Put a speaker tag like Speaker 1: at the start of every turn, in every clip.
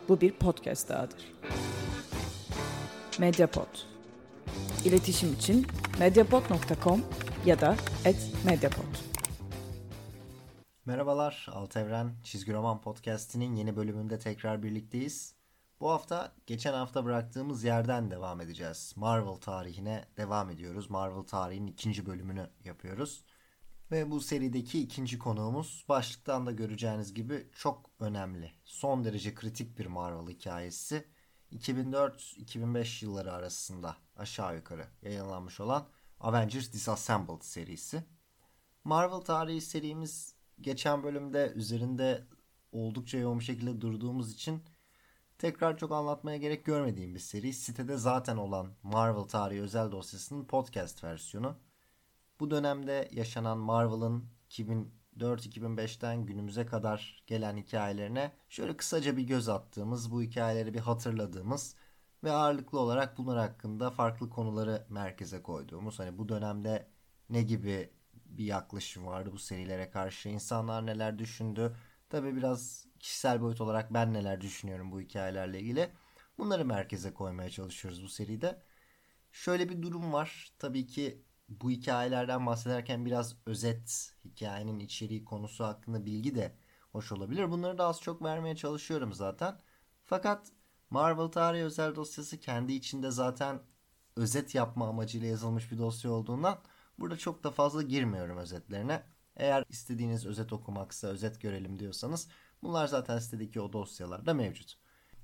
Speaker 1: Bu bir podcast dahadır. Mediapod. İletişim için mediapod.com ya da @mediapod.
Speaker 2: Merhabalar, Alt Evren Çizgi Roman Podcast'inin yeni bölümünde tekrar birlikteyiz. Bu hafta geçen hafta bıraktığımız yerden devam edeceğiz. Marvel tarihine devam ediyoruz. Marvel tarihinin ikinci bölümünü yapıyoruz. Ve bu serideki ikinci konuğumuz başlıktan da göreceğiniz gibi çok önemli. Son derece kritik bir Marvel hikayesi. 2004-2005 yılları arasında aşağı yukarı yayınlanmış olan Avengers Disassembled serisi. Marvel tarihi serimiz geçen bölümde üzerinde oldukça yoğun bir şekilde durduğumuz için tekrar çok anlatmaya gerek görmediğim bir seri. Sitede zaten olan Marvel tarihi özel dosyasının podcast versiyonu. Bu dönemde yaşanan Marvel'ın 2004-2005'ten günümüze kadar gelen hikayelerine şöyle kısaca bir göz attığımız, bu hikayeleri bir hatırladığımız ve ağırlıklı olarak bunlar hakkında farklı konuları merkeze koyduğumuz, hani bu dönemde ne gibi bir yaklaşım vardı bu serilere karşı, insanlar neler düşündü, tabii biraz kişisel boyut olarak ben neler düşünüyorum bu hikayelerle ilgili, bunları merkeze koymaya çalışıyoruz bu seride. Şöyle bir durum var, tabii ki bu hikayelerden bahsederken biraz özet, hikayenin içeriği, konusu hakkında bilgi de hoş olabilir. Bunları da az çok vermeye çalışıyorum zaten. Fakat Marvel tarihi özel dosyası kendi içinde zaten özet yapma amacıyla yazılmış bir dosya olduğundan burada çok da fazla girmiyorum özetlerine. Eğer istediğiniz özet okumaksa, özet görelim diyorsanız bunlar zaten sitedeki o dosyalarda mevcut.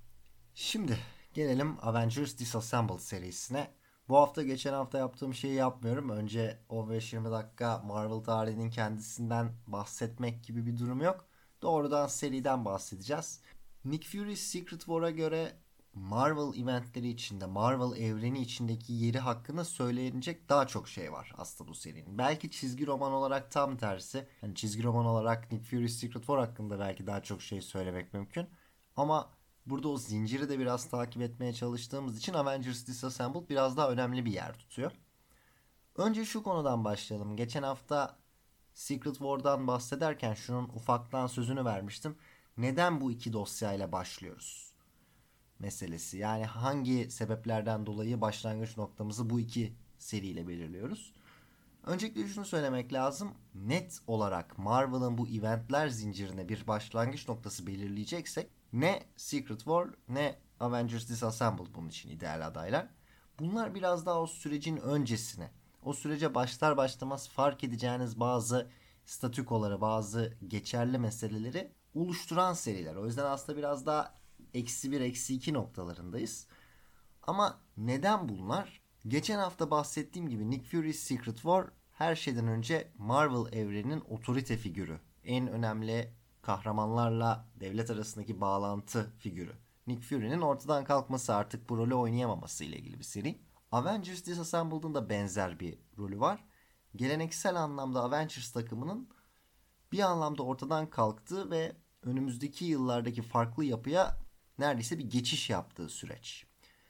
Speaker 2: Şimdi gelelim Avengers Disassembled serisine. Bu hafta geçen hafta yaptığım şeyi yapmıyorum. Önce 15-20 dakika Marvel tarihinin kendisinden bahsetmek gibi bir durum yok. Doğrudan seriden bahsedeceğiz. Nick Fury Secret War'a göre Marvel eventleri içinde, Marvel evreni içindeki yeri hakkında söylenecek daha çok şey var aslında bu serinin. Belki çizgi roman olarak tam tersi. Yani çizgi roman olarak Nick Fury Secret War hakkında belki daha çok şey söylemek mümkün. Ama burada o zinciri de biraz takip etmeye çalıştığımız için Avengers Disassembled biraz daha önemli bir yer tutuyor. Önce şu konudan başlayalım. Geçen hafta Secret War'dan bahsederken şunun ufaktan sözünü vermiştim. Neden bu iki dosyayla başlıyoruz meselesi. Yani hangi sebeplerden dolayı başlangıç noktamızı bu iki seriyle belirliyoruz. Öncelikle şunu söylemek lazım. Net olarak Marvel'ın bu eventler zincirine bir başlangıç noktası belirleyeceksek ne Secret War ne Avengers Disassembled bunun için ideal adaylar. Bunlar biraz daha o sürecin öncesine, o sürece başlar başlamaz fark edeceğiniz bazı statükoları, bazı geçerli meseleleri oluşturan seriler. O yüzden aslında biraz daha eksi bir, eksi iki noktalarındayız. Ama neden bunlar? Geçen hafta bahsettiğim gibi Nick Fury's Secret War her şeyden önce Marvel evreninin otorite figürü. En önemli kahramanlarla devlet arasındaki bağlantı figürü. Nick Fury'nin ortadan kalkması, artık bu rolü oynayamaması ile ilgili bir seri. Avengers Disassembled'ın da benzer bir rolü var. Geleneksel anlamda Avengers takımının bir anlamda ortadan kalktığı ve önümüzdeki yıllardaki farklı yapıya neredeyse bir geçiş yaptığı süreç.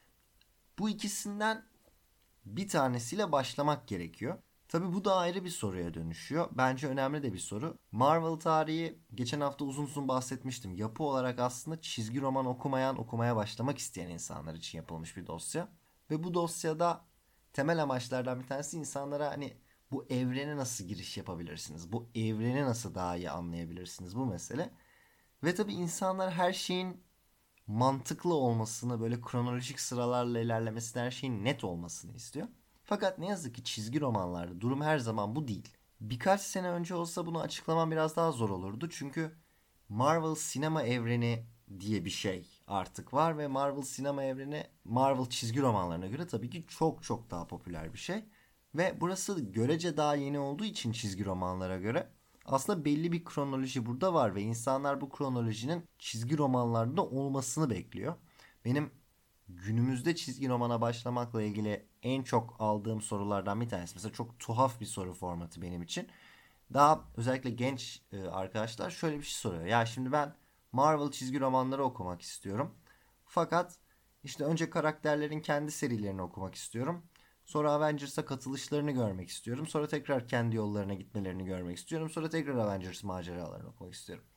Speaker 2: Bu ikisinden bir tanesiyle başlamak gerekiyor. Tabi bu da ayrı bir soruya dönüşüyor. Bence önemli de bir soru. Marvel tarihi geçen hafta uzun uzun bahsetmiştim. Yapı olarak aslında çizgi roman okumayan, okumaya başlamak isteyen insanlar için yapılmış bir dosya. Ve bu dosyada temel amaçlardan bir tanesi insanlara hani bu evrene nasıl giriş yapabilirsiniz? Bu evreni nasıl daha iyi anlayabilirsiniz? Bu mesele. Ve tabi insanlar her şeyin mantıklı olmasını, böyle kronolojik sıralarla ilerlemesini, her şeyin net olmasını istiyor. Fakat ne yazık ki çizgi romanlarda durum her zaman bu değil. Birkaç sene önce olsa bunu açıklamam biraz daha zor olurdu. Çünkü Marvel sinema evreni diye bir şey artık var ve Marvel sinema evreni Marvel çizgi romanlarına göre tabii ki çok çok daha popüler bir şey. Ve burası görece daha yeni olduğu için çizgi romanlara göre aslında belli bir kronoloji burada var ve insanlar bu kronolojinin çizgi romanlarda olmasını bekliyor. Benim günümüzde çizgi romana başlamakla ilgili en çok aldığım sorulardan bir tanesi. Mesela çok tuhaf bir soru formatı benim için. Daha özellikle genç arkadaşlar şöyle bir şey soruyor. Ya şimdi ben Marvel çizgi romanları okumak istiyorum. Fakat işte önce karakterlerin kendi serilerini okumak istiyorum. Sonra Avengers'a katılışlarını görmek istiyorum. Sonra tekrar kendi yollarına gitmelerini görmek istiyorum. Sonra tekrar Avengers maceralarını okumak istiyorum.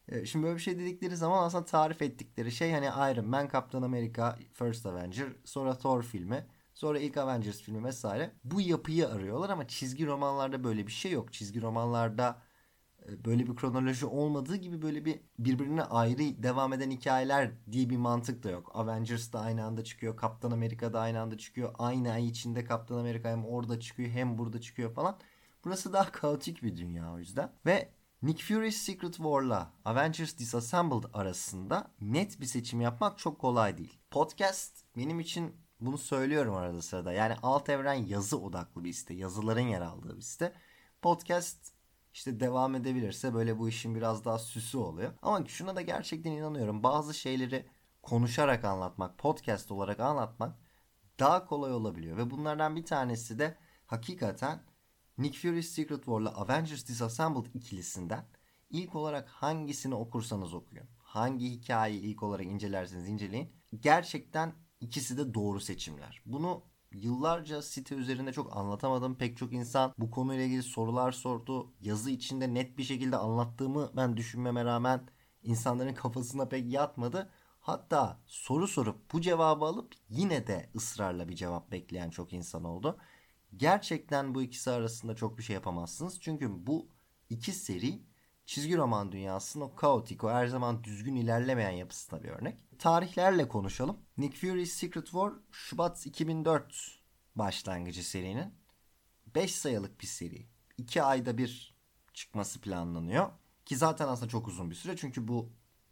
Speaker 2: Şimdi böyle bir şey dedikleri zaman aslında tarif ettikleri şey hani Iron Man, Kaptan Amerika, First Avenger, sonra Thor filmi, sonra ilk Avengers filmi vesaire. Bu yapıyı arıyorlar ama çizgi romanlarda böyle bir şey yok. Çizgi romanlarda böyle bir kronoloji olmadığı gibi böyle bir birbirine ayrı devam eden hikayeler diye bir mantık da yok. Avengers da aynı anda çıkıyor. Kaptan Amerika da aynı anda çıkıyor. Aynı ay içinde Kaptan Amerika hem orada çıkıyor hem burada çıkıyor falan. Burası daha kaotik bir dünya o yüzden. Ve Nick Fury's Secret War'la Avengers Disassembled arasında net bir seçim yapmak çok kolay değil. Podcast benim için bunu söylüyorum arada sırada. Yani Alt Evren yazı odaklı bir site. Yazıların yer aldığı bir site. Podcast işte devam edebilirse böyle bu işin biraz daha süsü oluyor. Ama şuna da gerçekten inanıyorum. Bazı şeyleri konuşarak anlatmak, podcast olarak anlatmak daha kolay olabiliyor. Ve bunlardan bir tanesi de hakikaten Nick Fury's Secret War'la Avengers Disassembled ikilisinden ilk olarak hangisini okursanız okuyun. Hangi hikayeyi ilk olarak incelerseniz inceleyin. Gerçekten ikisi de doğru seçimler. Bunu yıllarca site üzerinde çok anlatamadım. Pek çok insan bu konuyla ilgili sorular sordu. Yazı içinde net bir şekilde anlattığımı ben düşünmeme rağmen insanların kafasına pek yatmadı. Hatta soru sorup bu cevabı alıp yine de ısrarla bir cevap bekleyen çok insan oldu. Gerçekten bu ikisi arasında çok bir şey yapamazsınız. Çünkü bu iki seri çizgi roman dünyasının o kaotik, o her zaman düzgün ilerlemeyen yapısına bir örnek. Tarihlerle konuşalım. Nick Fury's Secret War Şubat 2004 başlangıcı serinin. 5 sayılık bir seri. 2 ayda bir çıkması planlanıyor. Ki zaten aslında çok uzun bir süre. Çünkü bu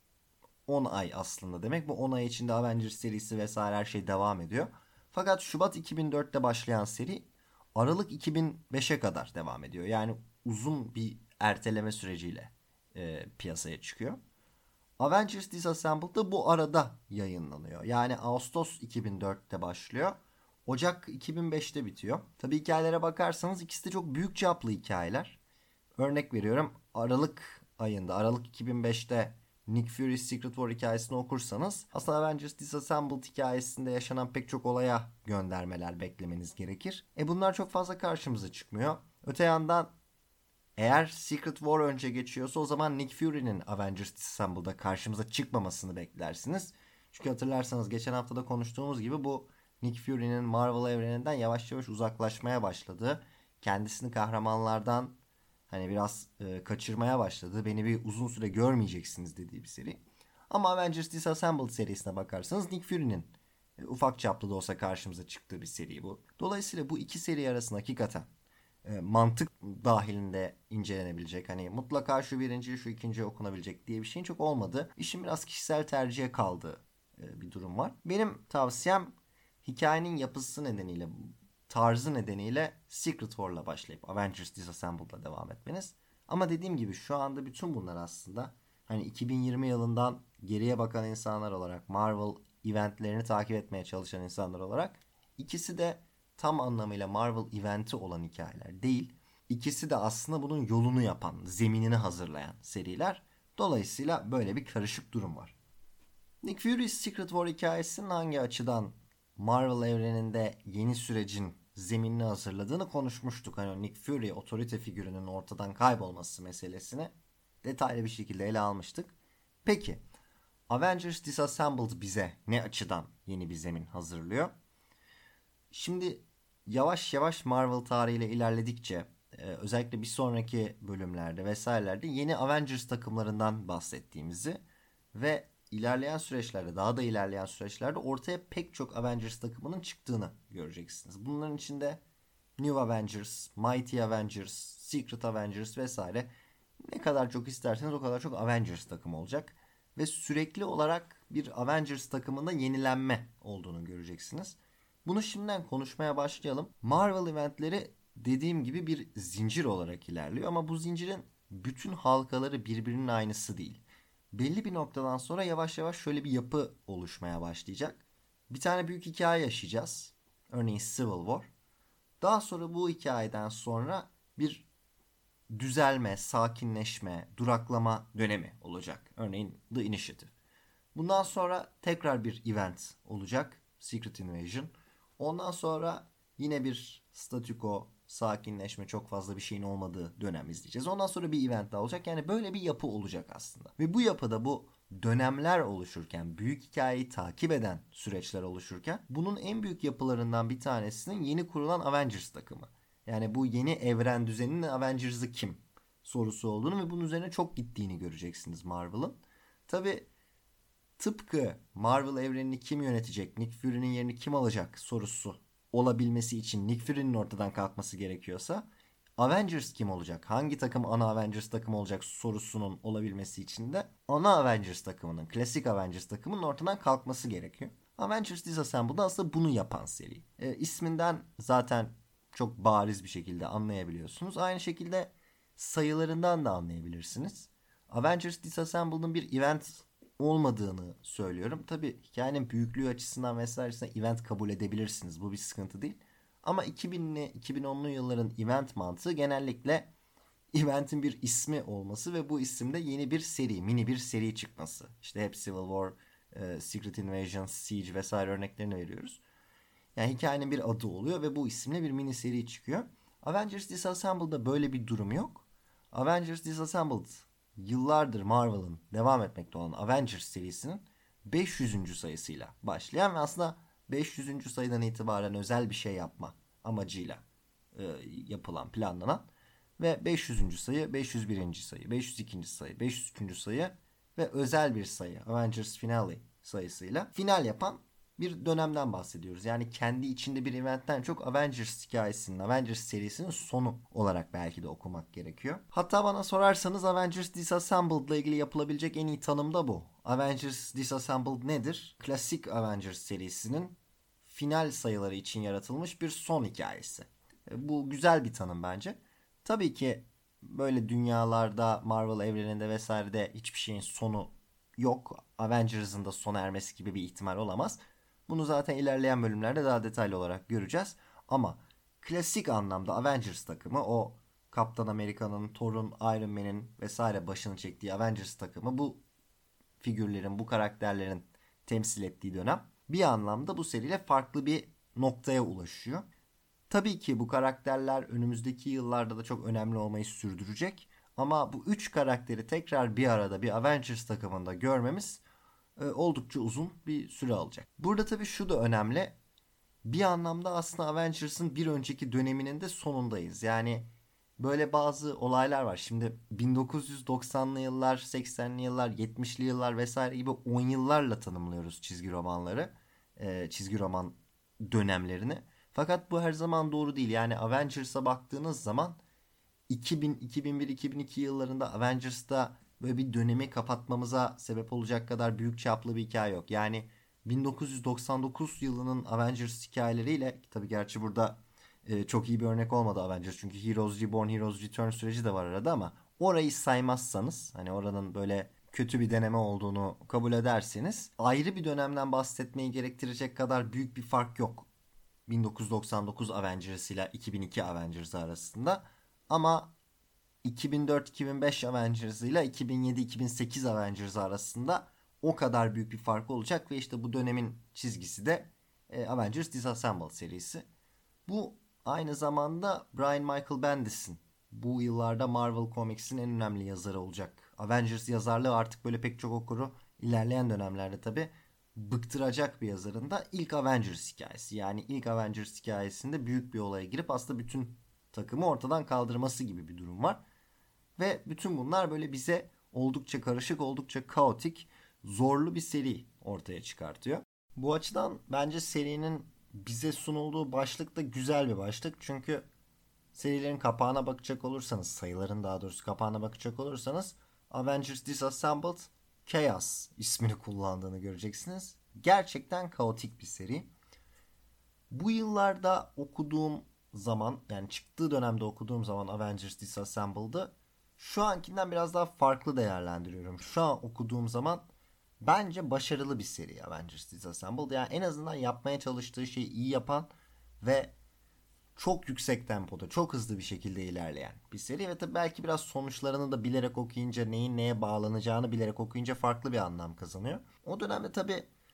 Speaker 2: 10 ay aslında demek. Bu 10 ay içinde Avengers serisi vesaire her şey devam ediyor. Fakat Şubat 2004'te başlayan seri Aralık 2005'e kadar devam ediyor. Yani uzun bir erteleme süreciyle piyasaya çıkıyor. Avengers Disassembled da bu arada yayınlanıyor. Yani Ağustos 2004'te başlıyor. Ocak 2005'te bitiyor. Tabii hikayelere bakarsanız ikisi de çok büyük çaplı hikayeler. Örnek veriyorum Aralık ayında, Aralık 2005'te Nick Fury's Secret War hikayesini okursanız aslında Avengers Disassembled hikayesinde yaşanan pek çok olaya göndermeler beklemeniz gerekir. Bunlar çok fazla karşımıza çıkmıyor. Öte yandan eğer Secret War önce geçiyorsa o zaman Nick Fury'nin Avengers Disassembled karşımıza çıkmamasını beklersiniz. Çünkü hatırlarsanız geçen haftada konuştuğumuz gibi bu Nick Fury'nin Marvel evreninden yavaş yavaş uzaklaşmaya başladığı, kendisini kahramanlardan hani biraz kaçırmaya başladığı, beni bir uzun süre görmeyeceksiniz dediği bir seri. Ama Avengers Disassembled serisine bakarsanız Nick Fury'nin ufak çaplı da olsa karşımıza çıktığı bir seri bu. Dolayısıyla bu iki seri arasında hakikaten mantık dahilinde incelenebilecek, hani mutlaka şu birinci şu ikinci okunabilecek diye bir şeyin çok olmadığı, işin biraz kişisel tercihe kaldığı bir durum var. Benim tavsiyem hikayenin yapısı nedeniyle, tarzı nedeniyle Secret War'la başlayıp Avengers Disassembled'la devam etmeniz. Ama dediğim gibi şu anda bütün bunlar aslında hani 2020 yılından geriye bakan insanlar olarak, Marvel eventlerini takip etmeye çalışan insanlar olarak, ikisi de tam anlamıyla Marvel eventi olan hikayeler değil. İkisi de aslında bunun yolunu yapan, zeminini hazırlayan seriler. Dolayısıyla böyle bir karışık durum var. Nick Fury's Secret War hikayesinin hangi açıdan Marvel evreninde yeni sürecin zeminini hazırladığını konuşmuştuk. Hani Nick Fury otorite figürünün ortadan kaybolması meselesini detaylı bir şekilde ele almıştık. Peki Avengers Disassembled bize ne açıdan yeni bir zemin hazırlıyor? Şimdi yavaş yavaş Marvel tarihiyle ilerledikçe özellikle bir sonraki bölümlerde vesairelerde yeni Avengers takımlarından bahsettiğimizi ve ilerleyen süreçlerde, daha da ilerleyen süreçlerde ortaya pek çok Avengers takımının çıktığını göreceksiniz. Bunların içinde New Avengers, Mighty Avengers, Secret Avengers vesaire, ne kadar çok isterseniz o kadar çok Avengers takımı olacak. Ve sürekli olarak bir Avengers takımında yenilenme olduğunu göreceksiniz. Bunu şimdiden konuşmaya başlayalım. Marvel eventleri dediğim gibi bir zincir olarak ilerliyor ama bu zincirin bütün halkaları birbirinin aynısı değil. Belli bir noktadan sonra yavaş yavaş şöyle bir yapı oluşmaya başlayacak. Bir tane büyük hikaye yaşayacağız. Örneğin Civil War. Daha sonra bu hikayeden sonra bir düzelme, sakinleşme, duraklama dönemi olacak. Örneğin The Initiative. Bundan sonra tekrar bir event olacak. Secret Invasion. Ondan sonra yine bir statü quo, sakinleşme, çok fazla bir şeyin olmadığı dönem izleyeceğiz. Ondan sonra bir event daha olacak. Yani böyle bir yapı olacak aslında. Ve bu yapıda bu dönemler oluşurken, büyük hikayeyi takip eden süreçler oluşurken bunun en büyük yapılarından bir tanesinin yeni kurulan Avengers takımı. Yani bu yeni evren düzeninin Avengers'ı kim sorusu olduğunu ve bunun üzerine çok gittiğini göreceksiniz Marvel'ın. Tabii tıpkı Marvel evrenini kim yönetecek, Nick Fury'nin yerini kim alacak sorusu olabilmesi için Nick Fury'nin ortadan kalkması gerekiyorsa Avengers kim olacak? Hangi takım ana Avengers takımı olacak sorusunun olabilmesi için de ana Avengers takımının, klasik Avengers takımının ortadan kalkması gerekiyor. Avengers Disassembled'da aslında bunu yapan seri. İsminden zaten çok bariz bir şekilde anlayabiliyorsunuz. Aynı şekilde sayılarından da anlayabilirsiniz. Avengers Disassembled'ın bir event olmadığını söylüyorum. Tabii hikayenin büyüklüğü açısından vesairesine event kabul edebilirsiniz. Bu bir sıkıntı değil. Ama 2000'li 2010'lu yılların event mantığı genellikle eventin bir ismi olması ve bu isimde yeni bir seri, mini bir seri çıkması. İşte hep Civil War, Secret Invasion, Siege vesaire örneklerini veriyoruz. Yani hikayenin bir adı oluyor ve bu isimle bir mini seri çıkıyor. Avengers Disassembled'da böyle bir durum yok. Avengers Disassembled yıllardır Marvel'ın devam etmekte olan Avengers serisinin 500. sayısıyla başlayan ve aslında 500. sayıdan itibaren özel bir şey yapma amacıyla yapılan, planlanan ve 500. sayı, 501. sayı, 502. sayı, 503. sayı ve özel bir sayı Avengers Finale sayısıyla final yapan bir dönemden bahsediyoruz. Yani kendi içinde bir eventten çok Avengers hikayesinin, Avengers serisinin sonu olarak belki de okumak gerekiyor. Hatta bana sorarsanız Avengers Disassembled ile ilgili yapılabilecek en iyi tanım da bu. Avengers Disassembled nedir? Klasik Avengers serisinin final sayıları için yaratılmış bir son hikayesi. Bu güzel bir tanım bence. Tabii ki böyle dünyalarda, Marvel evreninde vesairede hiçbir şeyin sonu yok. Avengers'ın da sona ermesi gibi bir ihtimal olamaz. Bunu zaten ilerleyen bölümlerde daha detaylı olarak göreceğiz. Ama klasik anlamda Avengers takımı, o Kaptan Amerika'nın, Thor'un, Iron Man'in vesaire başını çektiği Avengers takımı, bu figürlerin, bu karakterlerin temsil ettiği dönem bir anlamda bu seriyle farklı bir noktaya ulaşıyor. Tabii ki bu karakterler önümüzdeki yıllarda da çok önemli olmayı sürdürecek. Ama bu üç karakteri tekrar bir arada bir Avengers takımında görmemiz oldukça uzun bir süre alacak. Burada tabii şu da önemli. Bir anlamda aslında Avengers'ın bir önceki döneminin de sonundayız. Yani böyle bazı olaylar var. Şimdi 1990'lı yıllar, 80'li yıllar, 70'li yıllar vesaire gibi 10 yıllarla tanımlıyoruz çizgi romanları. Çizgi roman dönemlerini. Fakat bu her zaman doğru değil. Yani Avengers'a baktığınız zaman 2000, 2001, 2002 yıllarında Avengers'ta böyle bir dönemi kapatmamıza sebep olacak kadar büyük çaplı bir hikaye yok. Yani 1999 yılının Avengers hikayeleriyle, tabii gerçi burada çok iyi bir örnek olmadı Avengers. Çünkü Heroes Reborn, Heroes Return süreci de var arada ama orayı saymazsanız, hani oranın böyle kötü bir deneme olduğunu kabul ederseniz, ayrı bir dönemden bahsetmeyi gerektirecek kadar büyük bir fark yok 1999 Avengers ile 2002 Avengers arasında. Ama 2004-2005 Avengers ile 2007-2008 Avengers arasında o kadar büyük bir fark olacak ve işte bu dönemin çizgisi de Avengers Disassembled serisi. Bu aynı zamanda Brian Michael Bendis'in bu yıllarda Marvel Comics'in en önemli yazarı olacak. Avengers yazarlığı artık böyle pek çok okuru ilerleyen dönemlerde tabi bıktıracak bir yazarın da ilk Avengers hikayesi. Yani ilk Avengers hikayesinde büyük bir olaya girip aslında bütün takımı ortadan kaldırması gibi bir durum var. Ve bütün bunlar böyle bize oldukça karışık, oldukça kaotik, zorlu bir seri ortaya çıkartıyor. Bu açıdan bence serinin bize sunulduğu başlık da güzel bir başlık. Çünkü serilerin kapağına bakacak olursanız, sayıların daha doğrusu kapağına bakacak olursanız Avengers Disassembled Chaos ismini kullandığını göreceksiniz. Gerçekten kaotik bir seri. Bu yıllarda okuduğum zaman, yani çıktığı dönemde okuduğum zaman Avengers Disassembled'ı şu ankinden biraz daha farklı değerlendiriyorum. Şu an okuduğum zaman bence başarılı bir seri Avengers Disassembled. Yani en azından yapmaya çalıştığı şeyi iyi yapan ve çok yüksek tempoda, çok hızlı bir şekilde ilerleyen bir seri. Ve tabii belki biraz sonuçlarını da bilerek okuyunca, neyin neye bağlanacağını bilerek okuyunca farklı bir anlam kazanıyor. O dönemde tabii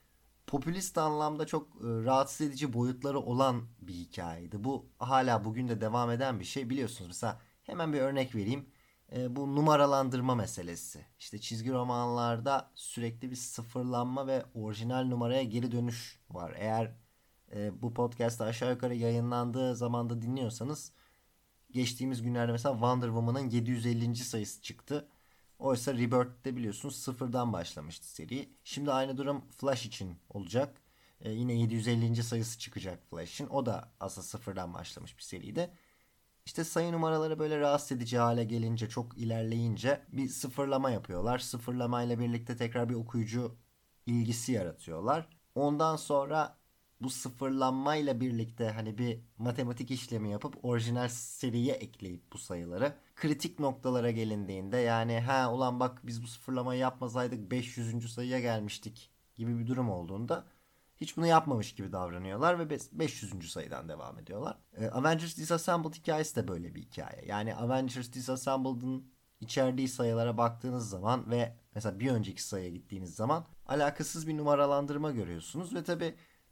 Speaker 2: popülist anlamda çok rahatsız edici boyutları olan bir hikayeydi. Bu hala bugün de devam eden bir şey. Biliyorsunuz, mesela hemen bir örnek vereyim. Bu numaralandırma meselesi. İşte çizgi romanlarda sürekli bir sıfırlanma ve orijinal numaraya geri dönüş var. Eğer bu podcast'ta aşağı yukarı yayınlandığı zamanda dinliyorsanız, geçtiğimiz günlerde mesela Wonder Woman'ın 750. sayısı çıktı. Oysa Rebirth'te biliyorsunuz sıfırdan başlamıştı seri. Şimdi aynı durum Flash için olacak. Yine 750. sayısı çıkacak Flash'in. O da aslında sıfırdan başlamış bir seriydi. İşte sayı numaraları böyle rahatsız edici hale gelince, çok ilerleyince bir sıfırlama yapıyorlar. Sıfırlamayla birlikte tekrar bir okuyucu ilgisi yaratıyorlar. Ondan sonra bu sıfırlanmayla birlikte hani bir matematik işlemi yapıp orijinal seriye ekleyip bu sayıları kritik noktalara gelindiğinde, yani ha ulan bak biz bu sıfırlamayı yapmasaydık 500. sayıya gelmiştik gibi bir durum olduğunda hiç bunu yapmamış gibi davranıyorlar ve 500. sayıdan devam ediyorlar. Avengers Disassembled hikayesi de böyle bir hikaye. Yani Avengers Disassembled'ın içerdiği sayılara baktığınız zaman ve mesela bir önceki sayıya gittiğiniz zaman alakasız bir numaralandırma görüyorsunuz ve tabi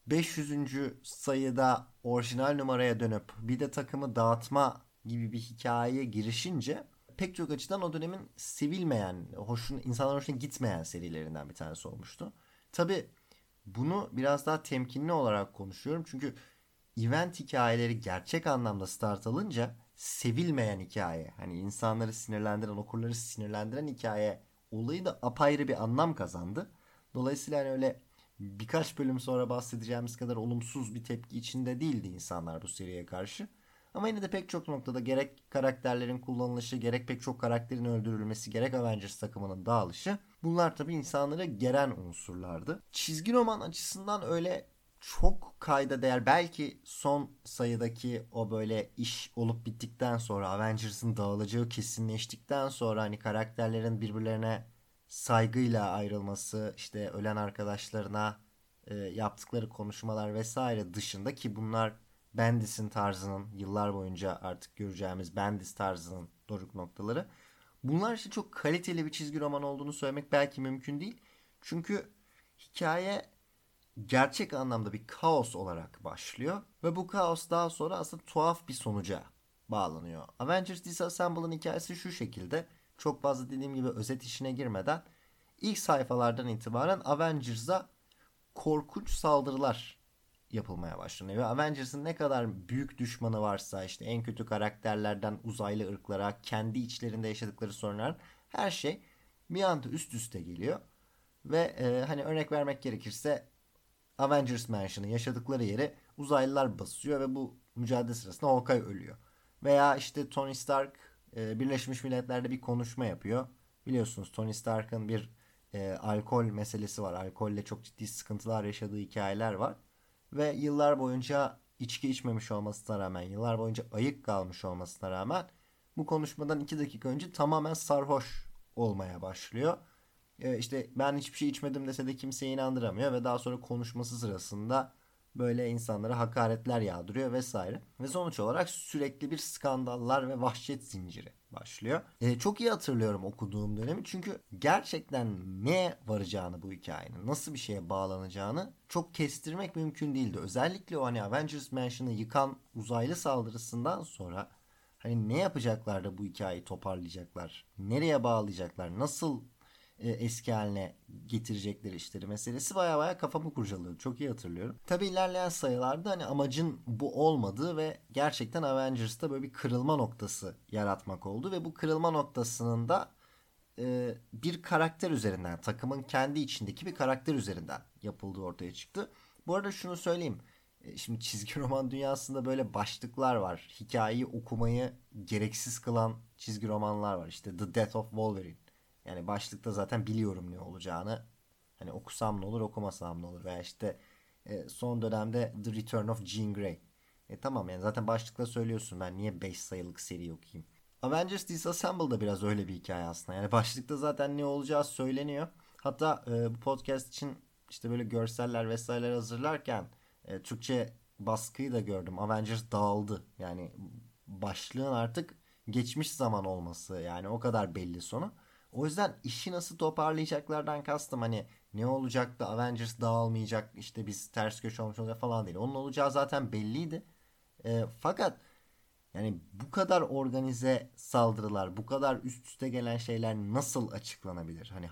Speaker 2: 500. sayıda orijinal numaraya dönüp bir de takımı dağıtma gibi bir hikayeye girişince pek çok açıdan o dönemin sevilmeyen, insanların hoşuna gitmeyen serilerinden bir tanesi olmuştu. Tabi bunu biraz daha temkinli olarak konuşuyorum. Çünkü event hikayeleri gerçek anlamda start alınca sevilmeyen hikaye, hani insanları sinirlendiren, okurları sinirlendiren hikaye olayı da apayrı bir anlam kazandı. Dolayısıyla hani öyle birkaç bölüm sonra bahsedeceğimiz kadar olumsuz bir tepki içinde değildi insanlar bu seriye karşı. Ama yine de pek çok noktada gerek karakterlerin kullanılışı, gerek pek çok karakterin öldürülmesi, gerek Avengers takımının dağılışı, bunlar tabii insanları geren unsurlardı. Çizgi roman açısından öyle çok kayda değer, belki son sayıdaki o böyle iş olup bittikten sonra, Avengers'ın dağılacağı kesinleştikten sonra, hani karakterlerin birbirlerine saygıyla ayrılması, işte ölen arkadaşlarına yaptıkları konuşmalar vesaire dışında, ki bunlar Bendis'in tarzının, yıllar boyunca artık göreceğimiz Bendis tarzının doruk noktaları. Bunlar işte çok kaliteli bir çizgi roman olduğunu söylemek belki mümkün değil. Çünkü hikaye gerçek anlamda bir kaos olarak başlıyor ve bu kaos daha sonra aslında tuhaf bir sonuca bağlanıyor. Avengers Disassembled'ın hikayesi şu şekilde. Çok fazla dediğim gibi özet işine girmeden, ilk sayfalardan itibaren Avengers'a korkunç saldırılar yapılmaya başlanıyor. Ve Avengers'ın ne kadar büyük düşmanı varsa, işte en kötü karakterlerden uzaylı ırklara, kendi içlerinde yaşadıkları sorunlar, her şey bir anda üst üste geliyor. Ve hani örnek vermek gerekirse, Avengers Mansion'ın yaşadıkları yeri uzaylılar basıyor ve bu mücadele sırasında Hawkeye ölüyor. Veya işte Tony Stark Birleşmiş Milletler'de bir konuşma yapıyor. Biliyorsunuz Tony Stark'ın bir alkol meselesi var. Alkolle çok ciddi sıkıntılar yaşadığı hikayeler var. Ve yıllar boyunca içki içmemiş olmasına rağmen, yıllar boyunca ayık kalmış olmasına rağmen bu konuşmadan 2 dakika önce tamamen sarhoş olmaya başlıyor. İşte ben hiçbir şey içmedim dese de kimseye inandıramıyor ve daha sonra konuşması sırasında böyle insanlara hakaretler yağdırıyor vesaire. Ve sonuç olarak sürekli bir skandallar ve vahşet zinciri başlıyor. Çok iyi hatırlıyorum okuduğum dönemi, çünkü gerçekten ne varacağını, bu hikayenin nasıl bir şeye bağlanacağını çok kestirmek mümkün değildi. Özellikle o hani Avengers Mansion'ı yıkan uzaylı saldırısından sonra hani ne yapacaklar da bu hikayeyi toparlayacaklar, nereye bağlayacaklar, nasıl eski haline getirecekleri işleri meselesi baya baya kafamı kurcalıyordu. Çok iyi hatırlıyorum. Tabi ilerleyen sayılarda hani amacın bu olmadığı ve gerçekten Avengers'ta böyle bir kırılma noktası yaratmak oldu ve bu kırılma noktasının da bir karakter üzerinden, takımın kendi içindeki bir karakter üzerinden yapıldığı ortaya çıktı. Bu arada şunu söyleyeyim. Şimdi çizgi roman dünyasında böyle başlıklar var. Hikayeyi okumayı gereksiz kılan çizgi romanlar var. İşte The Death of Wolverine. Yani başlıkta zaten biliyorum ne olacağını. Hani okusam ne olur, okumasam ne olur. Veya işte son dönemde The Return of Jean Grey. Tamam, yani zaten başlıkta söylüyorsun, ben niye 5 sayılık seri okuyayım. Avengers Disassemble da biraz öyle bir hikaye aslında. Yani başlıkta zaten ne olacağı söyleniyor. Hatta bu podcast için işte böyle görseller vesaireler hazırlarken Türkçe baskıyı da gördüm. Avengers dağıldı. Yani başlığın artık geçmiş zaman olması, yani o kadar belli sonu. O yüzden işi nasıl toparlayacaklardan kastım hani ne olacak da Avengers dağılmayacak, işte biz ters köşe olmuş olacak falan değil. Onun olacağı zaten belliydi. Fakat yani bu kadar organize saldırılar, bu kadar üst üste gelen şeyler nasıl açıklanabilir? Hani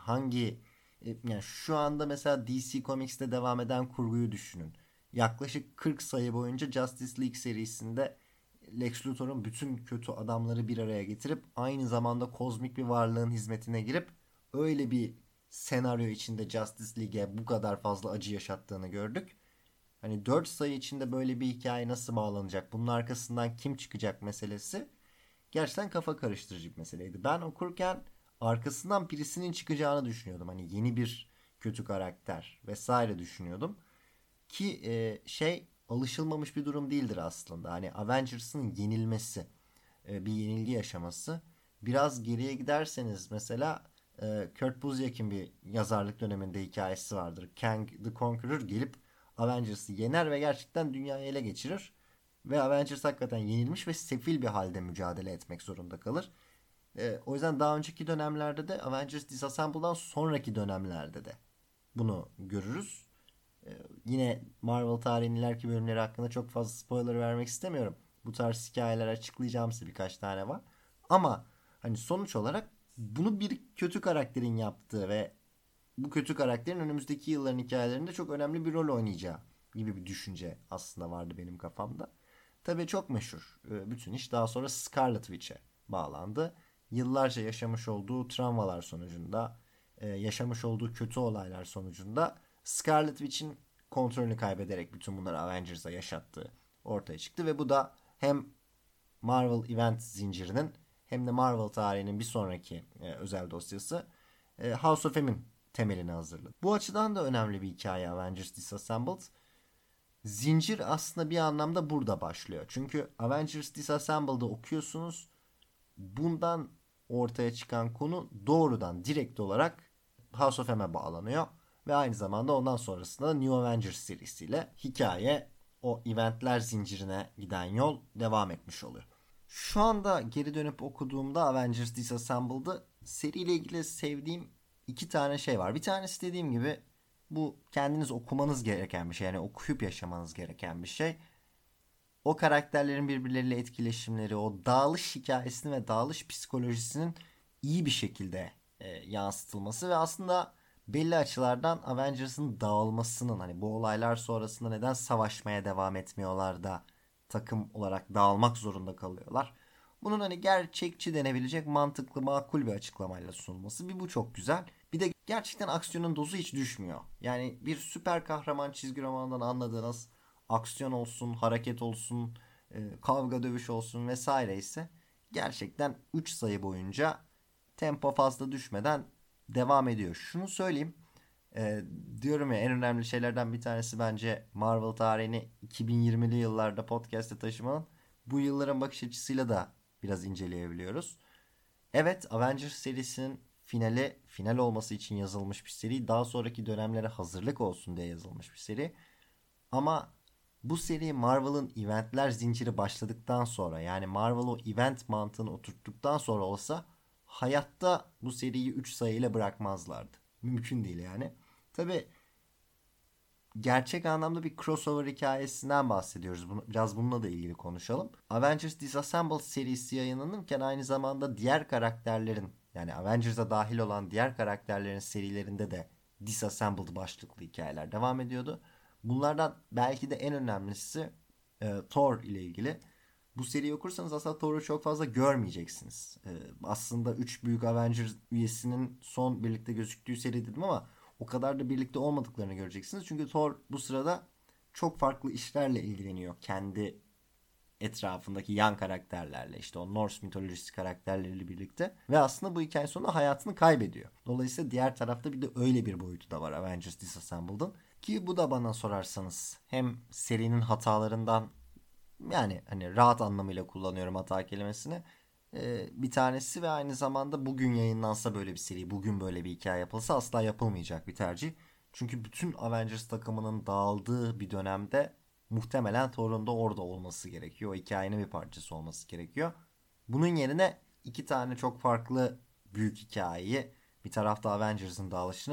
Speaker 2: yani şu anda mesela DC Comics'te devam eden kurguyu düşünün. Yaklaşık 40 sayı boyunca Justice League serisinde Lex Luthor'un bütün kötü adamları bir araya getirip aynı zamanda kozmik bir varlığın hizmetine girip öyle bir senaryo içinde Justice League'e bu kadar fazla acı yaşattığını gördük. Hani 4 sayı içinde böyle bir hikaye nasıl bağlanacak? Bunun arkasından kim çıkacak meselesi gerçekten kafa karıştırıcı bir meseleydi. Ben okurken arkasından birisinin çıkacağını düşünüyordum. Hani yeni bir kötü karakter vesaire düşünüyordum. Ki alışılmamış bir durum değildir aslında. Hani Avengers'ın yenilmesi, bir yenilgi yaşaması. Biraz geriye giderseniz mesela Kurt Busiek'in bir yazarlık döneminde hikayesi vardır. Kang the Conqueror gelip Avengers'ı yener ve gerçekten dünyayı ele geçirir. Ve Avengers hakikaten yenilmiş ve sefil bir halde mücadele etmek zorunda kalır. O yüzden daha önceki dönemlerde de Avengers Disassemble'dan sonraki dönemlerde de bunu görürüz. Yine Marvel tarihinin ileriki bölümleri hakkında çok fazla spoiler vermek istemiyorum. Bu tarz hikayeler açıklayacağım size, birkaç tane var. Ama hani sonuç olarak bunu bir kötü karakterin yaptığı ve bu kötü karakterin önümüzdeki yılların hikayelerinde çok önemli bir rol oynayacağı gibi bir düşünce aslında vardı benim kafamda. Tabii çok meşhur. Bütün iş daha sonra Scarlet Witch'e bağlandı. Yıllarca yaşamış olduğu travmalar sonucunda, yaşamış olduğu kötü olaylar sonucunda Scarlet Witch'in kontrolünü kaybederek bütün bunları Avengers'a yaşattığı ortaya çıktı ve bu da hem Marvel Event zincirinin hem de Marvel tarihinin bir sonraki özel dosyası House of M'in temelini hazırladı. Bu açıdan da önemli bir hikaye Avengers Disassembled. Zincir aslında bir anlamda burada başlıyor. Çünkü Avengers Disassembled'ı okuyorsunuz. Bundan ortaya çıkan konu doğrudan, direkt olarak House of M'e bağlanıyor. Ve aynı zamanda ondan sonrasında da New Avengers serisiyle hikaye o eventler zincirine giden yol devam etmiş oluyor. Şu anda geri dönüp okuduğumda Avengers Disassembled'ı seriyle ilgili sevdiğim iki tane şey var. Bir tanesi dediğim gibi bu kendiniz okumanız gereken bir şey. Yani okuyup yaşamanız gereken bir şey. O karakterlerin birbirleriyle etkileşimleri, o dağılış hikayesini ve dağılış psikolojisinin iyi bir şekilde yansıtılması ve aslında belli açılardan Avengers'ın dağılmasının, hani bu olaylar sonrasında neden savaşmaya devam etmiyorlar da takım olarak dağılmak zorunda kalıyorlar. Bunun hani gerçekçi denebilecek mantıklı, makul bir açıklamayla sunulması. Bu çok güzel. Bir de gerçekten aksiyonun dozu hiç düşmüyor. Yani bir süper kahraman çizgi romanından anladığınız aksiyon olsun, hareket olsun, kavga dövüş olsun vesaire ise gerçekten 3 sayı boyunca tempo fazla düşmeden devam ediyor. Şunu söyleyeyim. Diyorum ya, en önemli şeylerden bir tanesi bence Marvel tarihini 2020'li yıllarda podcast'te taşımanın bu yılların bakış açısıyla da biraz inceleyebiliyoruz. Evet, Avengers serisinin final olması için yazılmış bir seri. Daha sonraki dönemlere hazırlık olsun diye yazılmış bir seri. Ama bu seri Marvel'ın eventler zinciri başladıktan sonra, yani Marvel o event mantığını oturttuktan sonra olsa hayatta bu seriyi 3 sayıyla bırakmazlardı. Mümkün değil yani. Tabi gerçek anlamda bir crossover hikayesinden bahsediyoruz. Biraz bununla da ilgili konuşalım. Avengers Disassembled serisi yayınlanırken aynı zamanda diğer karakterlerin, yani Avengers'a dahil olan diğer karakterlerin serilerinde de Disassembled başlıklı hikayeler devam ediyordu. Bunlardan belki de en önemlisi Thor ile ilgili. Bu seriyi okursanız aslında Thor'u çok fazla görmeyeceksiniz. Aslında 3 büyük Avengers üyesinin son birlikte gözüktüğü seri dedim ama o kadar da birlikte olmadıklarını göreceksiniz. Çünkü Thor bu sırada çok farklı işlerle ilgileniyor. Kendi etrafındaki yan karakterlerle, işte o Norse mitolojisi karakterleriyle birlikte. Ve aslında bu hikaye sonunda hayatını kaybediyor. Dolayısıyla diğer tarafta bir de öyle bir boyutu da var Avengers Disassembled'ın. Ki bu da bana sorarsanız hem serinin hatalarından, yani hani rahat anlamıyla kullanıyorum hata kelimesini, bir tanesi ve aynı zamanda bugün yayınlansa böyle bir seri, bugün böyle bir hikaye yapılsa asla yapılmayacak bir tercih. Çünkü bütün Avengers takımının dağıldığı bir dönemde muhtemelen Thor'un da orada olması gerekiyor. O hikayenin bir parçası olması gerekiyor. Bunun yerine iki tane çok farklı büyük hikayeyi, bir tarafta Avengers'ın dağılışını,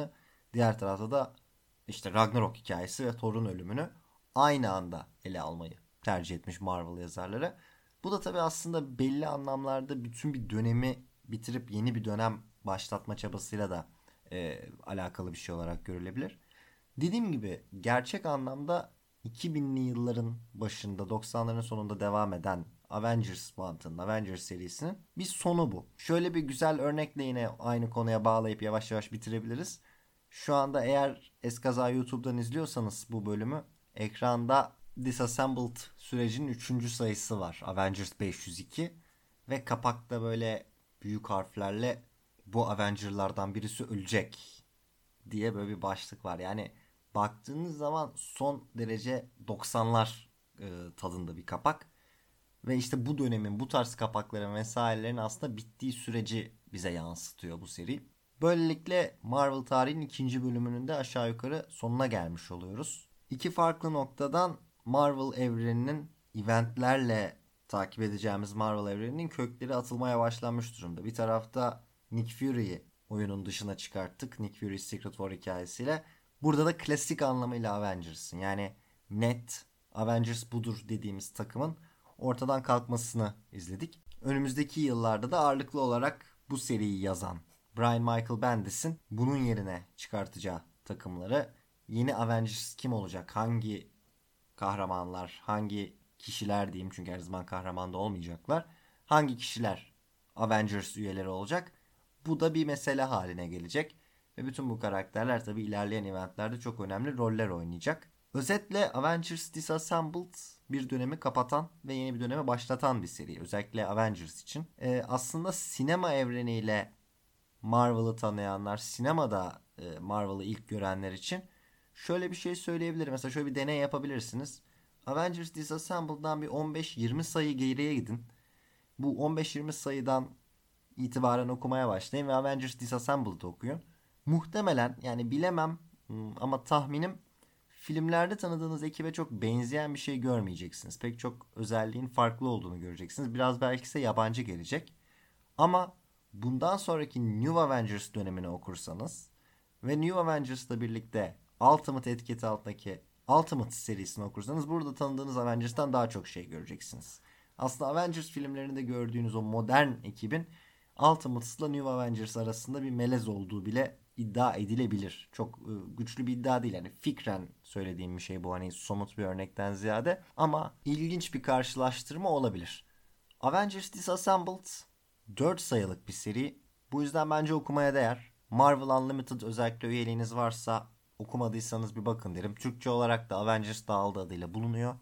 Speaker 2: Diğer tarafta da işte Ragnarok hikayesi ve Thor'un ölümünü aynı anda ele almayı tercih etmiş Marvel yazarları. Bu da tabii aslında belli anlamlarda bütün bir dönemi bitirip yeni bir dönem başlatma çabasıyla da alakalı bir şey olarak görülebilir. Dediğim gibi gerçek anlamda 2000'li yılların başında 90'ların sonunda devam eden Avengers mantığının, Avengers serisinin bir sonu bu. Şöyle bir güzel örnekle yine aynı konuya bağlayıp yavaş yavaş bitirebiliriz. Şu anda eğer eskaza YouTube'dan izliyorsanız bu bölümü, ekranda Disassembled sürecinin 3. sayısı var. Avengers 502 ve kapakta böyle büyük harflerle bu Avenger'lardan birisi ölecek diye böyle bir başlık var. Yani baktığınız zaman son derece 90'lar tadında bir kapak. Ve işte bu dönemin, bu tarz kapakların vesairelerin aslında bittiği süreci bize yansıtıyor bu seri. Böylelikle Marvel tarihinin 2. bölümünün de aşağı yukarı sonuna gelmiş oluyoruz. İki farklı noktadan Marvel evreninin eventlerle takip edeceğimiz Marvel evreninin kökleri atılmaya başlanmış durumda. Bir tarafta Nick Fury'yi oyunun dışına çıkarttık. Nick Fury Secret War hikayesiyle. Burada da klasik anlamıyla Avengers'ın, yani net Avengers budur dediğimiz takımın ortadan kalkmasını izledik. Önümüzdeki yıllarda da ağırlıklı olarak bu seriyi yazan Brian Michael Bendis'in bunun yerine çıkartacağı takımları, yeni Avengers kim olacak, hangi kahramanlar, hangi kişiler diyeyim çünkü her zaman kahraman da olmayacaklar, hangi kişiler Avengers üyeleri olacak, bu da bir mesele haline gelecek. Ve bütün bu karakterler tabii ilerleyen eventlerde çok önemli roller oynayacak. Özetle Avengers Disassembled bir dönemi kapatan ve yeni bir döneme başlatan bir seri. Özellikle Avengers için. Aslında sinema evreniyle Marvel'ı tanıyanlar, sinemada Marvel'ı ilk görenler için şöyle bir şey söyleyebilirim. Mesela şöyle bir deney yapabilirsiniz. Avengers Disassembled'dan bir 15-20 sayı geriye gidin. Bu 15-20 sayıdan itibaren okumaya başlayın ve Avengers Disassembled'ı okuyun. Muhtemelen, yani bilemem ama tahminim, filmlerde tanıdığınız ekibe çok benzeyen bir şey görmeyeceksiniz. Pek çok özelliğin farklı olduğunu göreceksiniz. Biraz belki ise yabancı gelecek. Ama bundan sonraki New Avengers dönemini okursanız ve New Avengers'la birlikte Ultimate etiketi altındaki Ultimate serisini okursanız burada tanıdığınız Avengers'tan daha çok şey göreceksiniz. Aslında Avengers filmlerinde gördüğünüz o modern ekibin Ultimates'la New Avengers arasında bir melez olduğu bile iddia edilebilir. Çok güçlü bir iddia değil, yani fikren söylediğim bir şey bu, hani somut bir örnekten ziyade, ama ilginç bir karşılaştırma olabilir. Avengers Disassembled 4 sayılık bir seri. Bu yüzden bence okumaya değer. Marvel Unlimited özellikle üyeliğiniz varsa okumadıysanız bir bakın derim. Türkçe olarak da Avengers Dağıldı adıyla bulunuyor.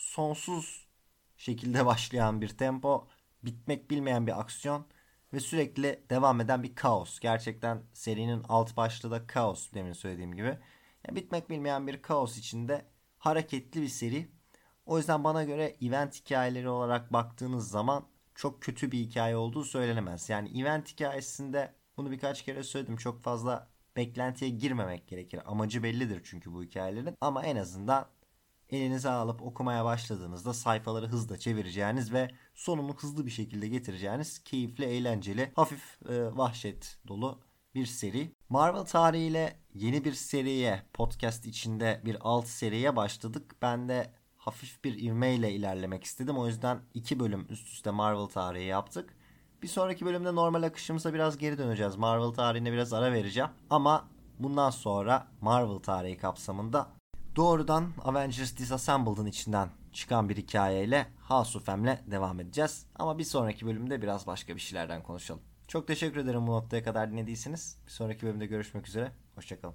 Speaker 2: Sonsuz şekilde başlayan bir tempo, bitmek bilmeyen bir aksiyon ve sürekli devam eden bir kaos. Gerçekten serinin alt başlığı da kaos, demin söylediğim gibi. Yani bitmek bilmeyen bir kaos içinde hareketli bir seri. O yüzden bana göre event hikayeleri olarak baktığınız zaman çok kötü bir hikaye olduğu söylenemez. Yani event hikayesinde, bunu birkaç kere söyledim, çok fazla beklentiye girmemek gerekir. Amacı bellidir çünkü bu hikayelerin. Ama en azından elinize alıp okumaya başladığınızda sayfaları hızla çevireceğiniz ve sonunu hızlı bir şekilde getireceğiniz keyifli, eğlenceli, hafif vahşet dolu bir seri. Marvel tarihiyle yeni bir seriye, podcast içinde bir alt seriye başladık. Ben de hafif bir ivmeyle ilerlemek istedim. O yüzden 2 bölüm üst üste Marvel tarihi yaptık. Bir sonraki bölümde normal akışımıza biraz geri döneceğiz. Marvel tarihine biraz ara vereceğim. Ama bundan sonra Marvel tarihi kapsamında doğrudan Avengers Disassembled'ın içinden çıkan bir hikayeyle House of M'le devam edeceğiz. Ama bir sonraki bölümde biraz başka bir şeylerden konuşalım. Çok teşekkür ederim bu noktaya kadar dinlediyseniz. Bir sonraki bölümde görüşmek üzere. Hoşçakalın.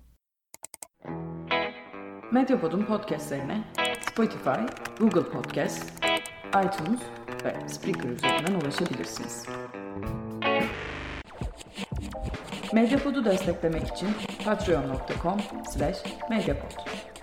Speaker 1: Medyapod'un podcastlerine Spotify, Google Podcast, iTunes ve Spreaker üzerinden ulaşabilirsiniz. Medyapod'u desteklemek için patreon.com/medyapod.